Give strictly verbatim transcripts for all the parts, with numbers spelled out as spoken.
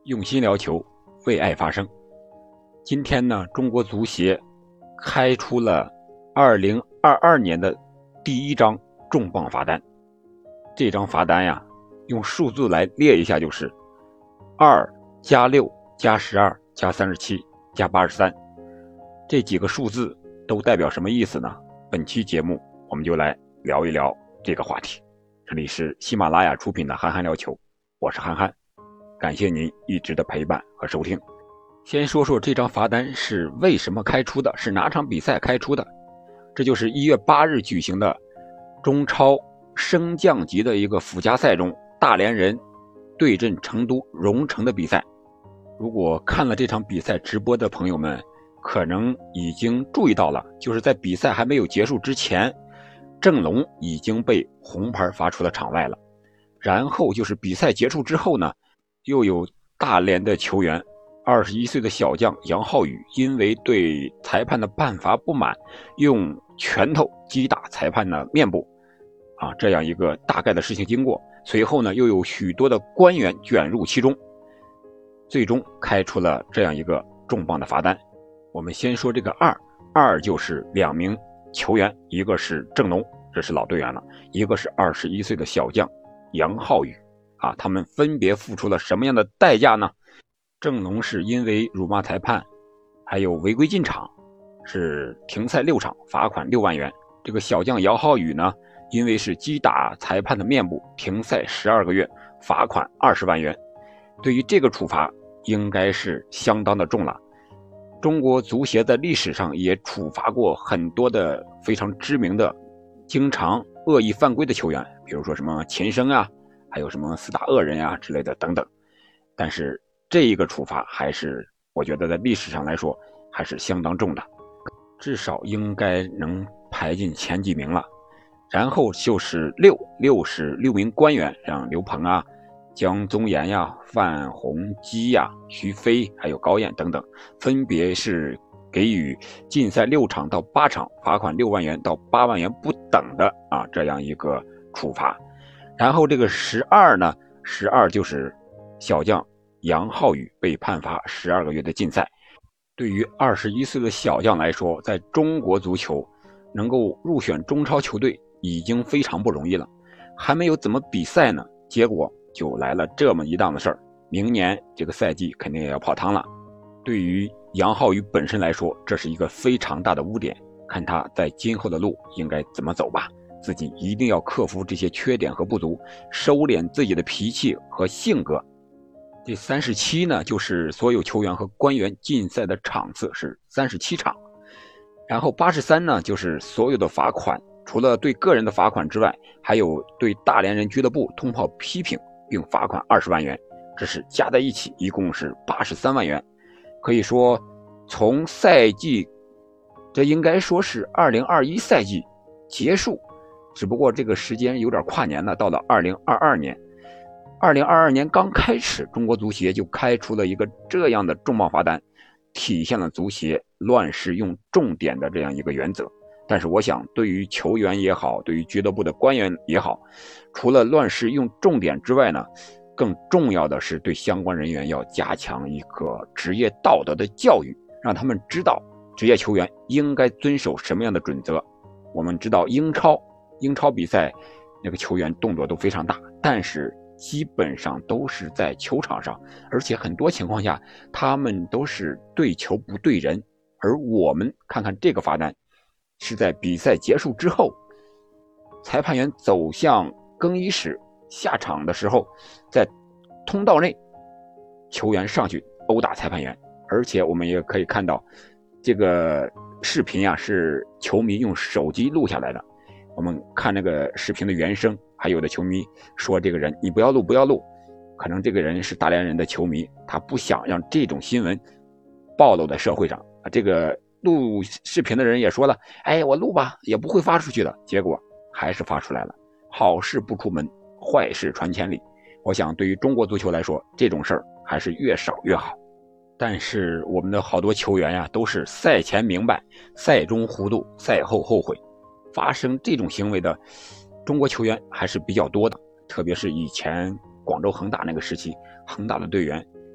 用心聊球，为爱发声。今天呢，中国足协开出了二零二二年的第一张重磅罚单。这张罚单呀，用数字来列一下，就是二加六加十二加三十七加八十三。这几个数字都代表什么意思呢？本期节目我们就来聊一聊这个话题。这里是喜马拉雅出品的憨憨聊球，我是憨憨，感谢您一直的陪伴和收听。先说说这张罚单是为什么开出的，是哪场比赛开出的？这就是一月八日举行的中超升降级的一个附加赛中，大连人对阵成都蓉城的比赛。如果看了这场比赛直播的朋友们，可能已经注意到了，就是在比赛还没有结束之前，郑龙已经被红牌罚出了场外了。然后就是比赛结束之后呢，又有大连的球员二十一岁的小将杨浩宇，因为对裁判的判罚不满，用拳头击打裁判的面部啊，这样一个大概的事情经过。随后呢，又有许多的官员卷入其中，最终开出了这样一个重磅的罚单。我们先说这个二二就是两名球员，一个是郑龙，这是老队员了，一个是二十一岁的小将杨浩宇啊，他们分别付出了什么样的代价呢？郑龙是因为辱骂裁判还有违规进场，是停赛六场，罚款六万元。这个小将杨浩宇呢，因为是击打裁判的面部，停赛十二个月，罚款二十万元。对于这个处罚应该是相当的重了。中国足协在历史上也处罚过很多的非常知名的经常恶意犯规的球员，比如说什么秦升啊，还有什么四大恶人啊之类的等等。但是这一个处罚还是我觉得在历史上来说还是相当重的，至少应该能排进前几名了。然后就是六六是六名官员，像刘鹏啊、江宗岩呀、范宏基呀、徐飞还有高燕等等，分别是给予禁赛六场到八场，罚款六万元到八万元不等的啊这样一个处罚。然后这个十二呢，十二就是小将杨浩宇被判罚十二个月的禁赛。对于二十一岁的小将来说，在中国足球能够入选中超球队已经非常不容易了，还没有怎么比赛呢，结果就来了这么一档子事儿，明年这个赛季肯定也要泡汤了。对于杨浩宇本身来说，这是一个非常大的污点，看他在今后的路应该怎么走吧，自己一定要克服这些缺点和不足，收敛自己的脾气和性格。这三十七呢，就是所有球员和官员禁赛的场次是三十七场。然后八十三呢，就是所有的罚款，除了对个人的罚款之外，还有对大连人俱乐部通报批评并罚款二十万元，这是加在一起一共是八十三万元。可以说从赛季，这应该说是二零二一赛季结束，只不过这个时间有点跨年了，到了二零二二年。二零二二年刚开始，中国足协就开出了一个这样的重磅罚单，体现了足协乱世用重点的这样一个原则。但是我想，对于球员也好，对于俱乐部的官员也好，除了乱世用重点之外呢，更重要的是对相关人员要加强一个职业道德的教育，让他们知道职业球员应该遵守什么样的准则。我们知道英超英超比赛那个球员动作都非常大，但是基本上都是在球场上，而且很多情况下他们都是对球不对人。而我们看看这个罚单是在比赛结束之后，裁判员走向更衣室下场的时候，在通道内球员上去殴打裁判员。而且我们也可以看到这个视频啊，是球迷用手机录下来的。我们看那个视频的原声，还有的球迷说这个人你不要录不要录，可能这个人是大连人的球迷，他不想让这种新闻暴露在社会上啊。这个录视频的人也说了，哎，我录吧，也不会发出去的，结果还是发出来了。好事不出门，坏事传千里。我想对于中国足球来说，这种事儿还是越少越好。但是我们的好多球员呀，都是赛前明白，赛中糊涂，赛后后悔。发生这种行为的中国球员还是比较多的，特别是以前广州恒大那个时期，恒大的队员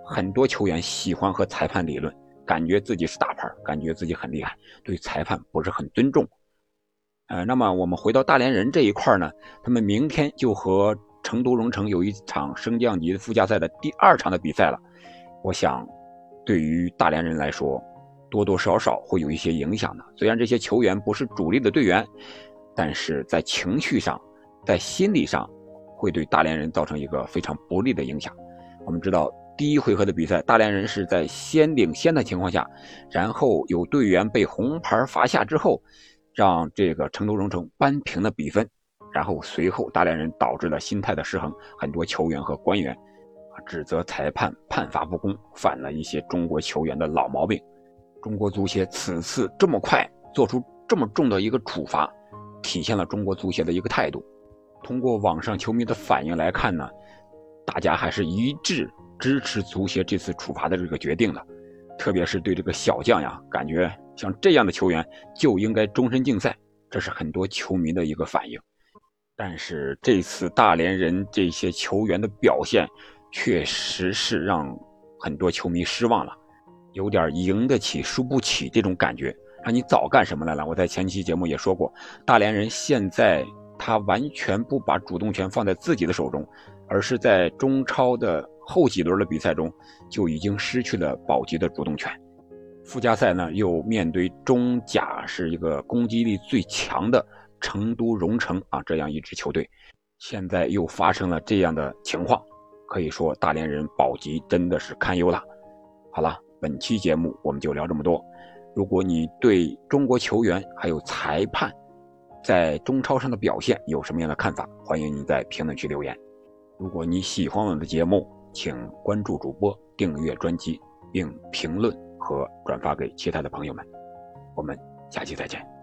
很多球员喜欢和裁判理论，感觉自己是大牌，感觉自己很厉害，对裁判不是很尊重。呃，那么我们回到大连人这一块呢，他们明天就和成都荣城有一场升降级附加赛的第二场的比赛了。我想对于大连人来说多多少少会有一些影响的。虽然这些球员不是主力的队员，但是在情绪上在心理上会对大连人造成一个非常不利的影响。我们知道第一回合的比赛，大连人是在先领先的情况下，然后有队员被红牌罚下之后，让这个成都荣城扳平了比分，然后随后大连人导致了心态的失衡，很多球员和官员指责裁判判罚不公，犯了一些中国球员的老毛病。中国足协此次这么快做出这么重的一个处罚，体现了中国足协的一个态度。通过网上球迷的反应来看呢，大家还是一致支持足协这次处罚的这个决定的。特别是对这个小将呀，感觉像这样的球员就应该终身禁赛，这是很多球迷的一个反应。但是这次大连人这些球员的表现确实是让很多球迷失望了，有点赢得起输不起这种感觉。让你早干什么来了？我在前期节目也说过，大连人现在他完全不把主动权放在自己的手中，而是在中超的后几轮的比赛中就已经失去了保级的主动权。附加赛呢，又面对中甲是一个攻击力最强的成都荣城啊这样一支球队，现在又发生了这样的情况，可以说大连人保级真的是堪忧了。好了，本期节目我们就聊这么多。如果你对中国球员还有裁判在中超上的表现有什么样的看法，欢迎你在评论区留言。如果你喜欢我的节目，请关注主播，订阅专辑，并评论和转发给其他的朋友们。我们下期再见。